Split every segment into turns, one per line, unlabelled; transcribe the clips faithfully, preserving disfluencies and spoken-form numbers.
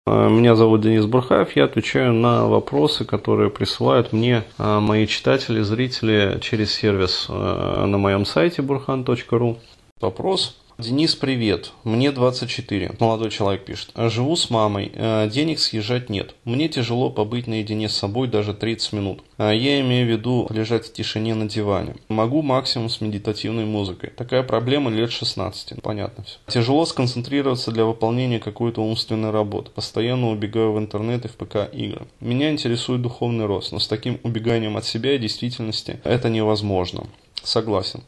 Меня зовут Денис Бурхаев, я отвечаю на вопросы, которые присылают мне мои читатели, зрители через сервис на моем сайте бурхан точка ру. Вопрос. Денис, привет. Мне двадцать четыре. Молодой человек пишет. Живу с мамой. Денег съезжать нет. Мне тяжело побыть наедине с собой даже тридцать минут. Я имею в виду лежать в тишине на диване. Могу максимум с медитативной музыкой. Такая проблема лет шестнадцати. Понятно все. Тяжело сконцентрироваться для выполнения какой-то умственной работы. Постоянно убегаю в интернет и в ПК-игры. Меня интересует духовный рост, но с таким убеганием от себя и действительности это невозможно. Согласен.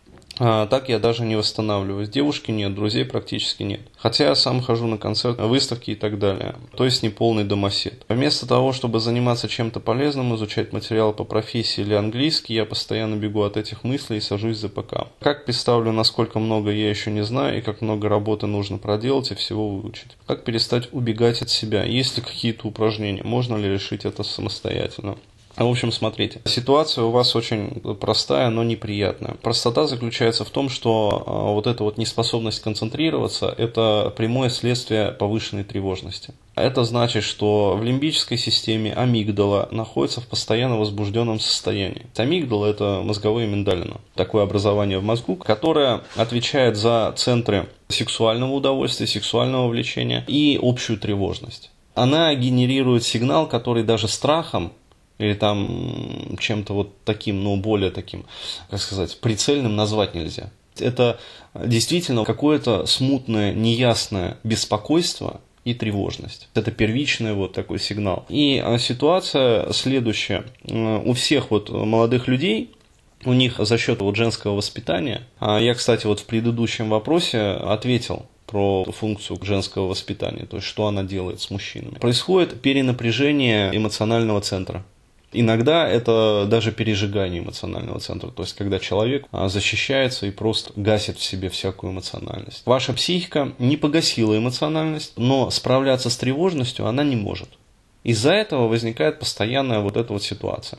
А, так я даже не восстанавливаюсь. Девушки нет, друзей практически нет. Хотя я сам хожу на концерты, выставки и так далее. То есть не полный домосед. Вместо того, чтобы заниматься чем-то полезным, изучать материал по профессии или английский, я постоянно бегу от этих мыслей и сажусь за ПК. Как представлю, насколько много я еще не знаю и как много работы нужно проделать и всего выучить. Как перестать убегать от себя? Есть ли какие-то упражнения? Можно ли решить это самостоятельно? В общем, смотрите, ситуация у вас очень простая, но неприятная. Простота заключается в том, что вот эта вот неспособность концентрироваться – это прямое следствие повышенной тревожности. Это значит, что в лимбической системе амигдала находится в постоянно возбужденном состоянии. Амигдала – это мозговое миндалино, такое образование в мозгу, которое отвечает за центры сексуального удовольствия, сексуального влечения и общую тревожность. Она генерирует сигнал, который даже страхом или там чем-то вот таким, ну, более таким, как сказать, прицельным назвать нельзя. Это действительно какое-то смутное, неясное беспокойство и тревожность. Это первичный вот такой сигнал. И ситуация следующая. У всех вот молодых людей, у них за счет вот женского воспитания, я, кстати, вот в предыдущем вопросе ответил про функцию женского воспитания, то есть что она делает с мужчинами. Происходит перенапряжение эмоционального центра. Иногда это даже пережигание эмоционального центра, то есть когда человек защищается и просто гасит в себе всякую эмоциональность. Ваша психика не погасила эмоциональность, но справляться с тревожностью она не может. Из-за этого возникает постоянная вот эта вот ситуация.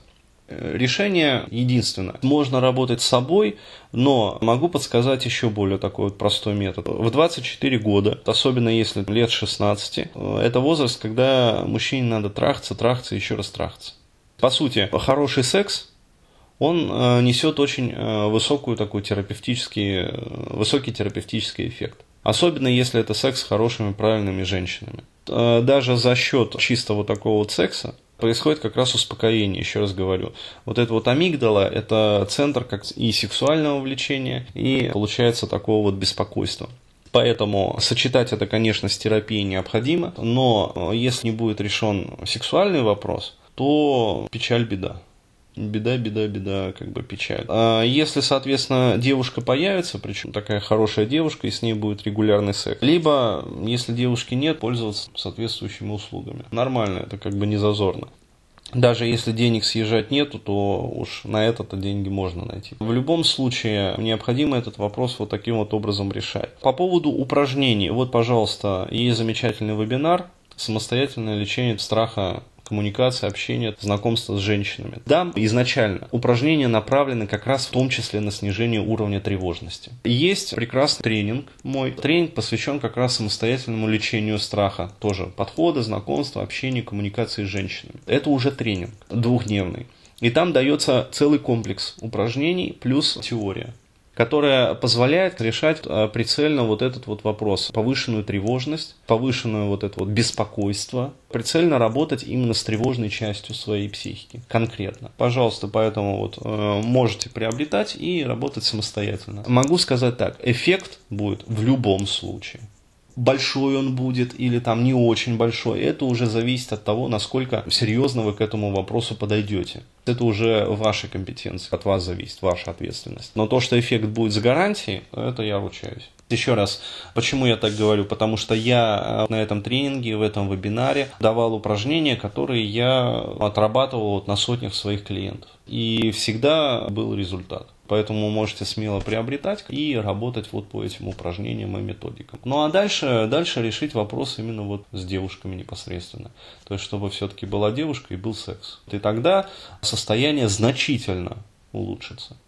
Решение единственное. Можно работать с собой, но могу подсказать еще более такой вот простой метод. В двадцать четыре года, особенно если лет шестнадцать, это возраст, когда мужчине надо трахаться, трахаться и еще раз трахаться. По сути, хороший секс, он несет очень высокую такой терапевтический, высокий терапевтический эффект. Особенно если это секс с хорошими, правильными женщинами. Даже за счет чистого такого вот секса происходит как раз успокоение, еще раз говорю. Вот это вот амигдала, это центр как и сексуального влечения, и получается такого вот беспокойства. Поэтому сочетать это, конечно, с терапией необходимо, но если не будет решен сексуальный вопрос, то печаль, беда. Беда, беда, беда, как бы печаль. А если, соответственно, девушка появится, причем такая хорошая девушка, и с ней будет регулярный секс, либо, если девушки нет, пользоваться соответствующими услугами. Нормально, это как бы не зазорно. Даже если денег съезжать нету, то уж на это-то деньги можно найти. В любом случае, необходимо этот вопрос вот таким вот образом решать. По поводу упражнений, вот, пожалуйста, есть замечательный вебинар «Самостоятельное лечение страха, коммуникация, общение, знакомство с женщинами». Да, изначально упражнения направлены как раз в том числе на снижение уровня тревожности. Есть прекрасный тренинг мой. Тренинг посвящен как раз самостоятельному лечению страха. Тоже подходы, знакомства, общение, коммуникации с женщинами. Это уже тренинг двухдневный. И там дается целый комплекс упражнений плюс теория, которая позволяет решать прицельно вот этот вот вопрос. Повышенную тревожность, повышенное вот это вот беспокойство. Прицельно работать именно с тревожной частью своей психики. Конкретно. Пожалуйста, поэтому вот э, можете приобретать и работать самостоятельно. Могу сказать так, эффект будет в любом случае. Большой он будет или там не очень большой, это уже зависит от того, насколько серьезно вы к этому вопросу подойдете. Это уже ваша компетенция, от вас зависит, ваша ответственность. Но то, что эффект будет с гарантией, это я ручаюсь. Еще раз, почему я так говорю? Потому что я на этом тренинге, в этом вебинаре давал упражнения, которые я отрабатывал вот на сотнях своих клиентов. И всегда был результат. Поэтому можете смело приобретать и работать вот по этим упражнениям и методикам. Ну а дальше, дальше решить вопрос именно вот с девушками непосредственно. То есть, чтобы все-таки была девушка и был секс. И тогда состояние значительно улучшится.